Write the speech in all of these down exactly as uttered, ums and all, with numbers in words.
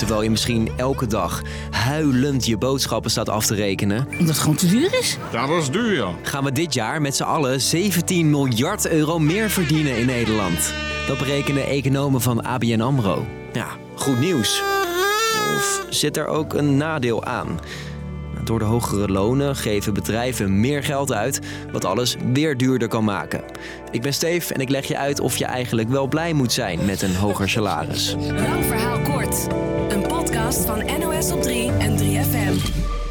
terwijl je misschien elke dag huilend je boodschappen staat af te rekenen. Omdat het gewoon te duur is? Ja, dat is duur, ja. Gaan we dit jaar met z'n allen zeventien miljard euro meer verdienen in Nederland. Dat berekenen economen van A B N AMRO. Ja, goed nieuws. Of zit er ook een nadeel aan? Door de hogere lonen geven bedrijven meer geld uit, wat alles weer duurder kan maken. Ik ben Steef en ik leg je uit of je eigenlijk wel blij moet zijn met een hoger salaris. Lang verhaal kort. Een podcast van N O S op drie en drie F M.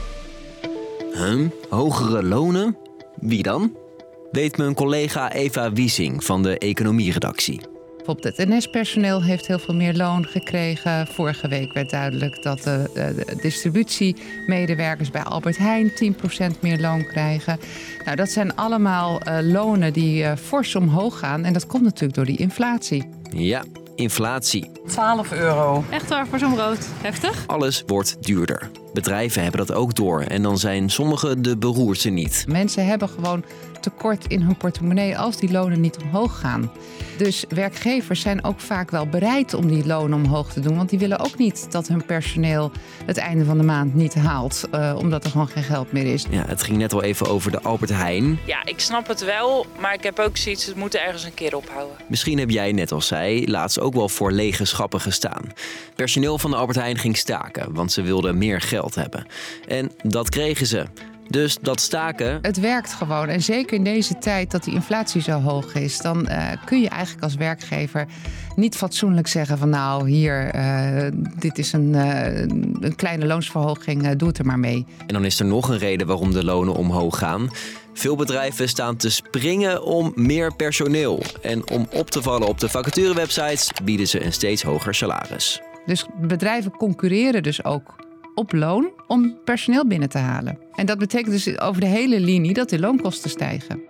Huh? Hogere lonen? Wie dan? Weet mijn collega Eva Wiesing van de economieredactie. Bijvoorbeeld het N S-personeel heeft heel veel meer loon gekregen. Vorige week werd duidelijk dat de, de distributiemedewerkers bij Albert Heijn tien procent meer loon krijgen. Nou, dat zijn allemaal uh, lonen die uh, fors omhoog gaan. En dat komt natuurlijk door die inflatie. Ja, inflatie. twaalf euro. Echt waar, voor zo'n brood. Heftig? Alles wordt duurder. Bedrijven hebben dat ook door. En dan zijn sommigen de beroerdste niet. Mensen hebben gewoon tekort in hun portemonnee als die lonen niet omhoog gaan. Dus werkgevers zijn ook vaak wel bereid om die lonen omhoog te doen. Want die willen ook niet dat hun personeel het einde van de maand niet haalt. Uh, omdat er gewoon geen geld meer is. Ja, het ging net al even over de Albert Heijn. Ja, ik snap het wel, maar ik heb ook zoiets, het moet ergens een keer ophouden. Misschien heb jij, net als zij, laatst ook wel voor lege schappen gestaan. Personeel van de Albert Heijn ging staken, want ze wilden meer geld hebben. En dat kregen ze. Dus dat staken... Het werkt gewoon. En zeker in deze tijd dat die inflatie zo hoog is, dan uh, kun je eigenlijk als werkgever niet fatsoenlijk zeggen van nou, hier, uh, dit is een, uh, een kleine loonsverhoging, uh, doe het er maar mee. En dan is er nog een reden waarom de lonen omhoog gaan. Veel bedrijven staan te springen om meer personeel. En om op te vallen op de vacaturewebsites bieden ze een steeds hoger salaris. Dus bedrijven concurreren dus ook op loon om personeel binnen te halen. En dat betekent dus over de hele linie dat de loonkosten stijgen.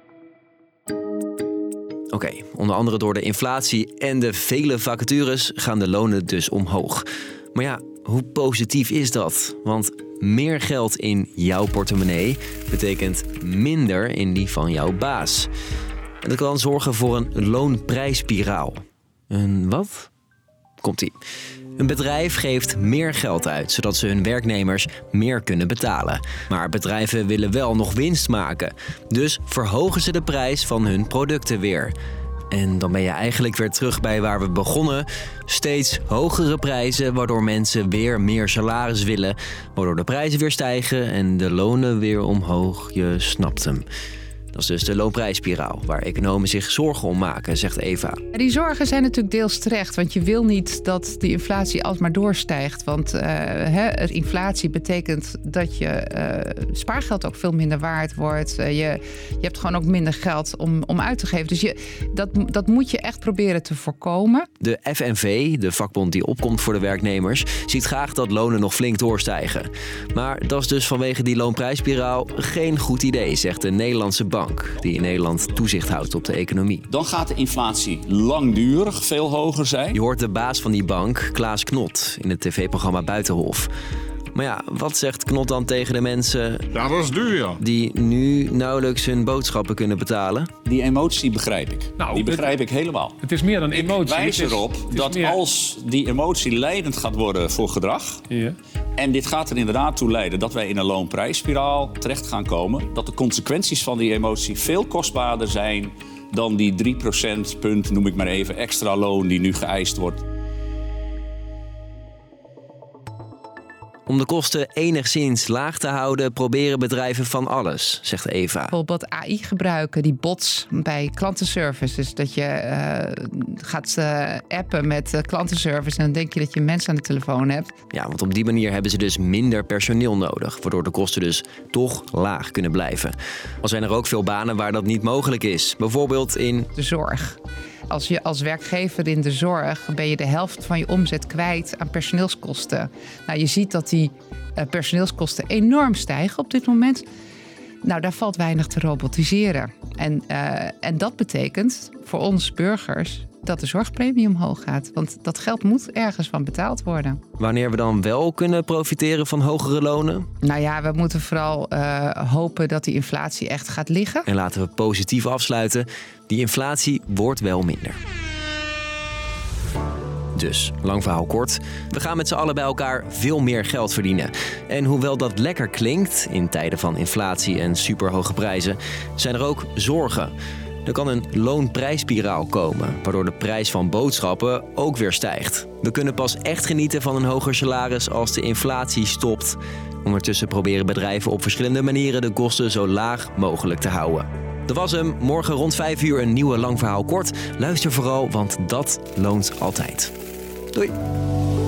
Oké, okay, onder andere door de inflatie en de vele vacatures gaan de lonen dus omhoog. Maar ja, hoe positief is dat? Want meer geld in jouw portemonnee betekent minder in die van jouw baas. En dat kan zorgen voor een loonprijsspiraal. Een wat? Komt-ie. Een bedrijf geeft meer geld uit, zodat ze hun werknemers meer kunnen betalen. Maar bedrijven willen wel nog winst maken. Dus verhogen ze de prijs van hun producten weer. En dan ben je eigenlijk weer terug bij waar we begonnen. Steeds hogere prijzen, waardoor mensen weer meer salaris willen. Waardoor de prijzen weer stijgen en de lonen weer omhoog. Je snapt hem. Dat is dus de loonprijsspiraal, waar economen zich zorgen om maken, zegt Eva. Die zorgen zijn natuurlijk deels terecht, want je wil niet dat die inflatie alsmaar doorstijgt. Want uh, he, inflatie betekent dat je uh, spaargeld ook veel minder waard wordt. Uh, je, je hebt gewoon ook minder geld om, om uit te geven. Dus je, dat, dat moet je echt proberen te voorkomen. De F N V, de vakbond die opkomt voor de werknemers, ziet graag dat lonen nog flink doorstijgen. Maar dat is dus vanwege die loonprijsspiraal geen goed idee, zegt de Nederlandse bank, die in Nederland toezicht houdt op de economie. Dan gaat de inflatie langdurig veel hoger zijn. Je hoort de baas van die bank, Klaas Knot, in het tv-programma Buitenhof. Maar ja, wat zegt Knot dan tegen de mensen... Ja, dat is duur, ja. ...die nu nauwelijks hun boodschappen kunnen betalen? Die emotie begrijp ik. Nou, die begrijp het, ik helemaal. Het is meer dan emotie. Ik wijs erop dat meer... als die emotie leidend gaat worden voor gedrag... Ja. En dit gaat er inderdaad toe leiden dat wij in een loonprijsspiraal terecht gaan komen... dat de consequenties van die emotie veel kostbaarder zijn... dan die drie procentpunt, noem ik maar even, extra loon die nu geëist wordt. Om de kosten enigszins laag te houden, proberen bedrijven van alles, zegt Eva. Bijvoorbeeld A I gebruiken, die bots bij klantenservice. Dus dat je uh, gaat uh, appen met uh, klantenservice en dan denk je dat je mensen aan de telefoon hebt. Ja, want op die manier hebben ze dus minder personeel nodig, waardoor de kosten dus toch laag kunnen blijven. Al zijn er ook veel banen waar dat niet mogelijk is. Bijvoorbeeld in de zorg. Als je als werkgever in de zorg ben je de helft van je omzet kwijt aan personeelskosten. Nou, je ziet dat die uh, personeelskosten enorm stijgen op dit moment. Nou, daar valt weinig te robotiseren. En, uh, en dat betekent voor ons burgers dat de zorgpremie omhoog gaat. Want dat geld moet ergens van betaald worden. Wanneer we dan wel kunnen profiteren van hogere lonen? Nou ja, we moeten vooral uh, hopen dat die inflatie echt gaat liggen. En laten we positief afsluiten. Die inflatie wordt wel minder. Dus, lang verhaal kort, we gaan met z'n allen bij elkaar veel meer geld verdienen. En hoewel dat lekker klinkt, in tijden van inflatie en superhoge prijzen, zijn er ook zorgen. Er kan een loonprijsspiraal komen, waardoor de prijs van boodschappen ook weer stijgt. We kunnen pas echt genieten van een hoger salaris als de inflatie stopt. Ondertussen proberen bedrijven op verschillende manieren de kosten zo laag mogelijk te houden. Dat was hem. Morgen rond vijf uur een nieuwe Lang Verhaal Kort. Luister vooral, want dat loont altijd. Doei!